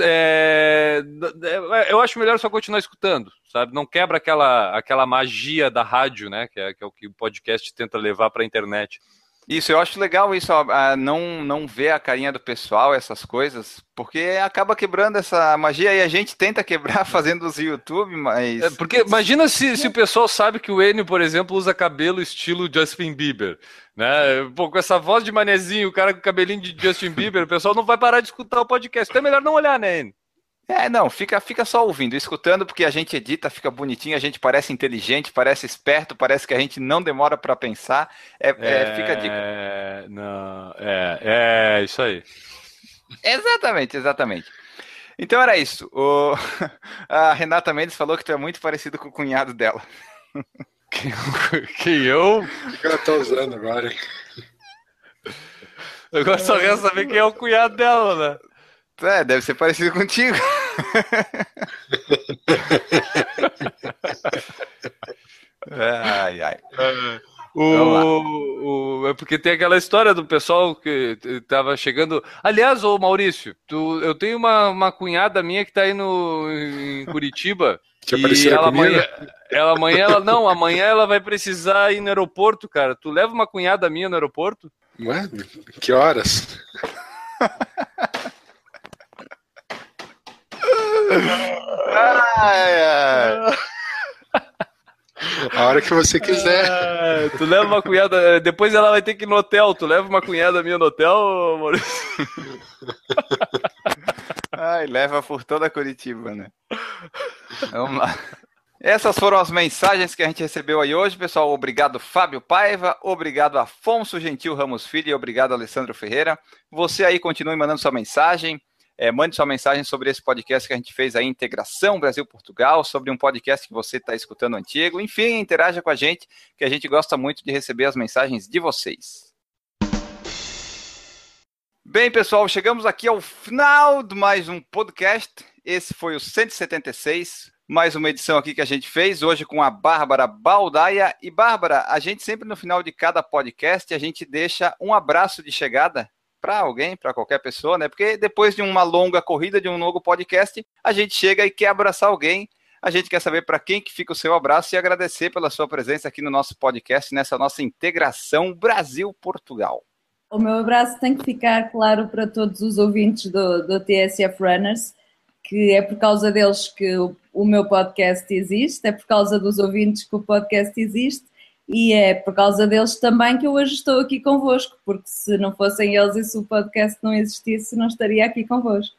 eu acho melhor só continuar escutando, sabe? Não quebra aquela magia da rádio, né? Que é o que o podcast tenta levar para a internet. Isso, eu acho legal isso, não ver a carinha do pessoal, essas coisas, porque acaba quebrando essa magia e a gente tenta quebrar fazendo os YouTube, mas... Porque imagina se o pessoal sabe que o Enio, por exemplo, usa cabelo estilo Justin Bieber, né? Pô, com essa voz de manezinho, o cara com cabelinho de Justin Bieber, o pessoal não vai parar de escutar o podcast, então é melhor não olhar, né, Enio? Não, fica só ouvindo, escutando, porque a gente edita, fica bonitinho, a gente parece inteligente, parece esperto, parece que a gente não demora para pensar, fica a dica. Isso aí. Exatamente. Então era isso. A Renata Mendes falou que tu é muito parecido com o cunhado dela. Quem eu? O que ela tá usando agora? Agora só quero saber quem é o cunhado dela, né? Deve ser parecido contigo. Ai. É porque tem aquela história do pessoal que tava chegando. Aliás, ô Maurício, eu tenho uma cunhada minha que tá aí em Curitiba. Amanhã ela vai precisar ir no aeroporto, cara. Tu leva uma cunhada minha no aeroporto? Ué? Que horas? A hora que você quiser. Tu leva uma cunhada, depois ela vai ter que ir no hotel. Tu leva uma cunhada minha no hotel, Maurício? Leva por toda Curitiba, né? Vamos lá. Essas foram as mensagens que a gente recebeu aí hoje, pessoal. Obrigado, Fábio Paiva. Obrigado, Afonso Gentil Ramos Filho. E obrigado, Alessandro Ferreira. Você aí continue mandando sua mensagem. Mande sua mensagem sobre esse podcast que a gente fez aí, Integração Brasil-Portugal, sobre um podcast que você está escutando antigo. Enfim, interaja com a gente, que a gente gosta muito de receber as mensagens de vocês. Bem, pessoal, chegamos aqui ao final de mais um podcast. Esse foi o 176, mais uma edição aqui que a gente fez, hoje com a Bárbara Baldaia. E, Bárbara, a gente sempre no final de cada podcast, a gente deixa um abraço de chegada para alguém, para qualquer pessoa, né? Porque depois de uma longa corrida, de um longo podcast, a gente chega e quer abraçar alguém. A gente quer saber para quem que fica o seu abraço e agradecer pela sua presença aqui no nosso podcast, nessa nossa integração Brasil-Portugal. O meu abraço tem que ficar claro para todos os ouvintes do TSF Runners, que é por causa deles que o meu podcast existe, é por causa dos ouvintes que o podcast existe e é por causa deles também que eu hoje estou aqui convosco, porque se não fossem eles e se o podcast não existisse, não estaria aqui convosco.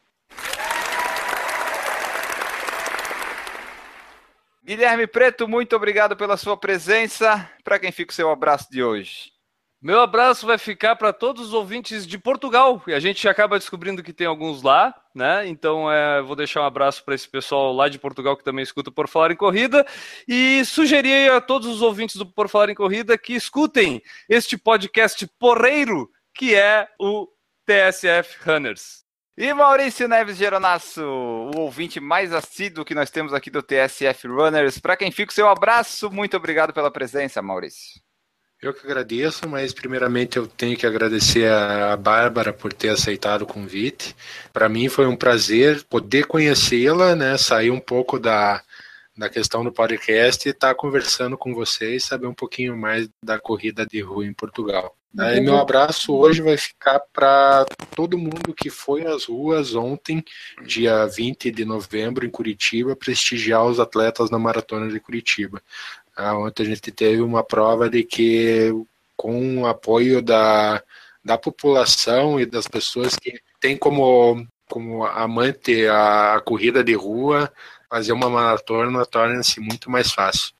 Guilherme Preto, muito obrigado pela sua presença. Para quem fica o seu abraço de hoje? Meu abraço vai ficar para todos os ouvintes de Portugal. E a gente acaba descobrindo que tem alguns lá, né? Então, vou deixar um abraço para esse pessoal lá de Portugal que também escuta o Por Falar em Corrida. E sugerir a todos os ouvintes do Por Falar em Corrida que escutem este podcast porreiro, que é o TSF Runners. E Maurício Neves Geronasso, o ouvinte mais assíduo que nós temos aqui do TSF Runners. Para quem fica o seu abraço, muito obrigado pela presença, Maurício. Eu que agradeço, mas primeiramente eu tenho que agradecer a Bárbara por ter aceitado o convite. Para mim foi um prazer poder conhecê-la, né? Sair um pouco da questão do podcast e estar conversando com vocês, saber um pouquinho mais da corrida de rua em Portugal. Aí meu abraço hoje vai ficar para todo mundo que foi às ruas ontem, dia 20 de novembro, em Curitiba, prestigiar os atletas na Maratona de Curitiba. Ontem a gente teve uma prova de que, com o apoio da população e das pessoas que têm como amante a corrida de rua, fazer uma maratona torna-se muito mais fácil.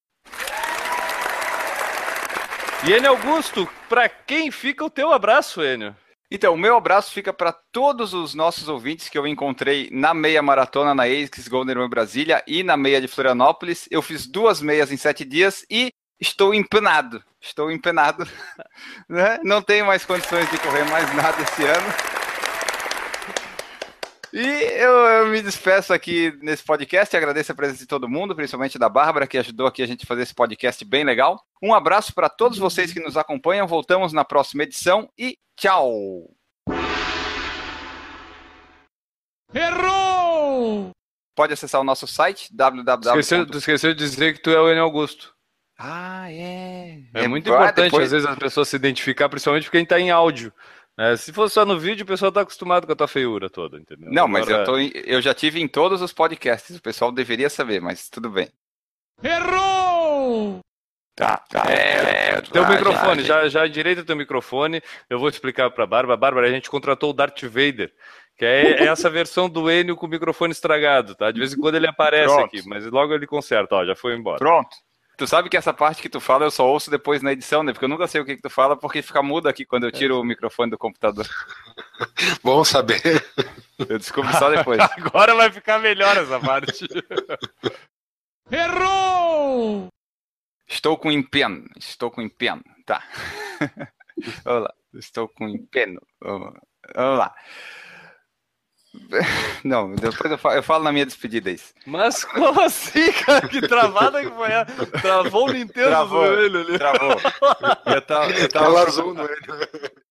E Enio Augusto, para quem fica o teu abraço, Enio? Então, o meu abraço fica para todos os nossos ouvintes que eu encontrei na meia maratona na ASICS Golden Run Brasília e na meia de Florianópolis. Eu fiz 2 meias em 7 dias e estou empenado. Né? Não tenho mais condições de correr mais nada esse ano. E eu me despeço aqui nesse podcast, agradeço a presença de todo mundo, principalmente da Bárbara, que ajudou aqui a gente a fazer esse podcast bem legal. Um abraço para todos vocês que nos acompanham, voltamos na próxima edição e tchau! Errou! Pode acessar o nosso site, www. Tu esqueceu de dizer que tu é o Enio Augusto. Ah, é. É muito importante, às vezes, as pessoas se identificar, principalmente quem está em áudio. Se fosse só no vídeo, o pessoal tá acostumado com a tua feiura toda, entendeu? Não, mas eu já tive em todos os podcasts, o pessoal deveria saber, mas tudo bem. Errou! Tá. Teu microfone, já direita teu microfone, eu vou explicar pra Bárbara. Bárbara, a gente contratou o Darth Vader, que é essa versão do Enio com o microfone estragado, tá? De vez em quando ele aparece aqui, mas logo ele conserta, ó, já foi embora. Pronto. Tu sabe que essa parte que tu fala eu só ouço depois na edição, né? Porque eu nunca sei o que tu fala, porque fica mudo aqui quando eu tiro o microfone do computador. Bom saber. Eu descubro só depois. Agora vai ficar melhor essa parte. Errou! Estou com empenho. Tá. Vamos lá. Estou com empenho. Vamos lá. Não, depois eu falo na minha despedida isso. Mas como assim, cara? Que travada que foi essa? Travou o Nintendo do Enio ali. Travou. Eu tava azul no Enio.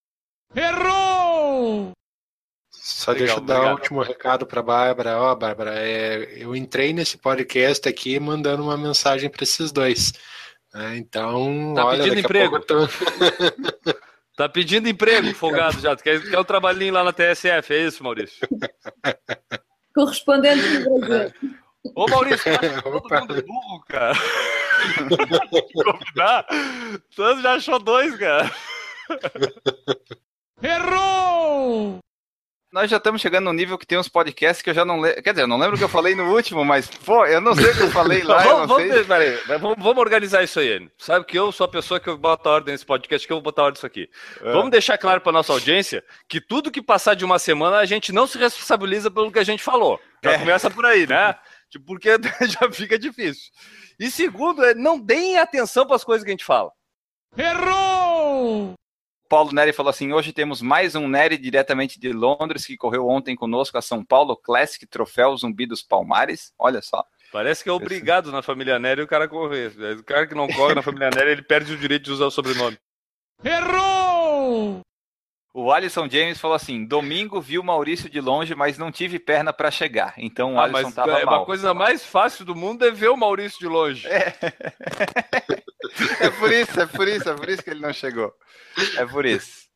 Errou! Só deixa eu dar um último recado para Bárbara. Ó, Bárbara, eu entrei nesse podcast aqui mandando uma mensagem para esses dois. Então, tá olha, pedindo daqui emprego. a pouco Tá pedindo emprego, folgado já. Tu quer um trabalhinho lá na TSF, é isso, Maurício? Correspondente do Brasil. Ô, Maurício, todo mundo é burro, cara. Combinar? Você já achou 2, cara. Errou! Nós já estamos chegando no nível que tem uns podcasts que eu já não lembro. Quer dizer, eu não lembro o que eu falei no último, mas, pô, eu não sei o que eu falei lá. Vamos organizar isso aí, Enio. Sabe que eu sou a pessoa que bota a ordem nesse podcast, que eu vou botar a ordem nisso aqui. Vamos deixar claro para nossa audiência que tudo que passar de uma semana a gente não se responsabiliza pelo que a gente falou. Já começa por aí, né? Porque já fica difícil. E segundo, não deem atenção para as coisas que a gente fala. Errou! Paulo Neri falou assim: hoje temos mais um Neri diretamente de Londres, que correu ontem conosco a São Paulo Classic Troféu Zumbi dos Palmares. Olha só. Parece que é obrigado na família Neri o cara correr. O cara que não corre na família Neri, ele perde o direito de usar o sobrenome. Errou! O Alisson James falou assim: domingo vi o Maurício de longe, mas não tive perna para chegar. Então o Alisson tava mal. Uma coisa mais fácil do mundo é ver o Maurício de longe. É por isso que ele não chegou. É por isso.